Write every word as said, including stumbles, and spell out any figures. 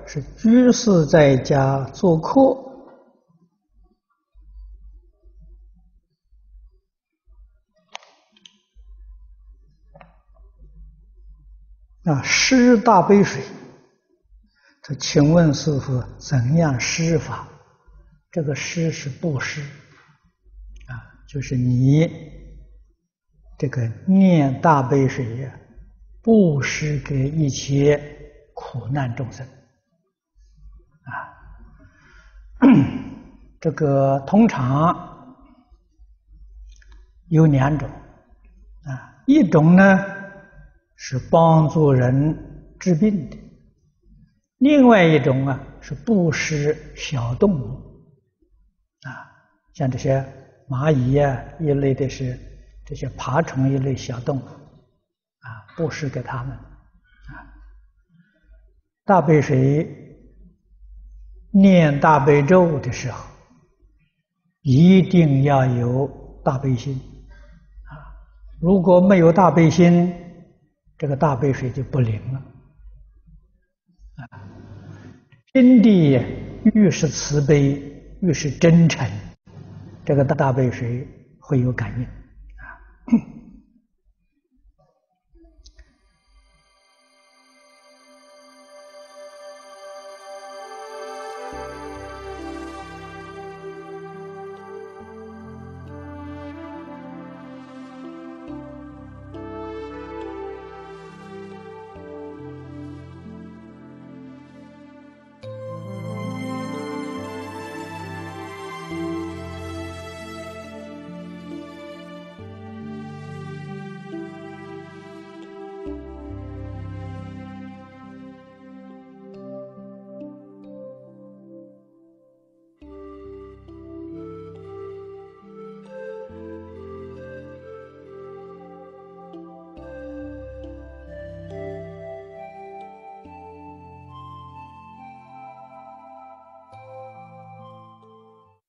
是居士在家做客，啊，施大杯水。他请问师父，怎样施法？这个施是布施，啊，就是你这个念大杯水呀，布施给一切苦难众生，啊，这个通常有两种，啊，一种呢是帮助人治病的。另外一种啊是布施小动物，啊，像这些蚂蚁啊一类的是这些爬虫一类小动物，啊，布施给他们，啊，大悲水念大悲咒的时候，一定要有大悲心，啊，如果没有大悲心，这个大悲水就不灵了。心地越是慈悲，越是真诚，这个大悲水会有感应啊。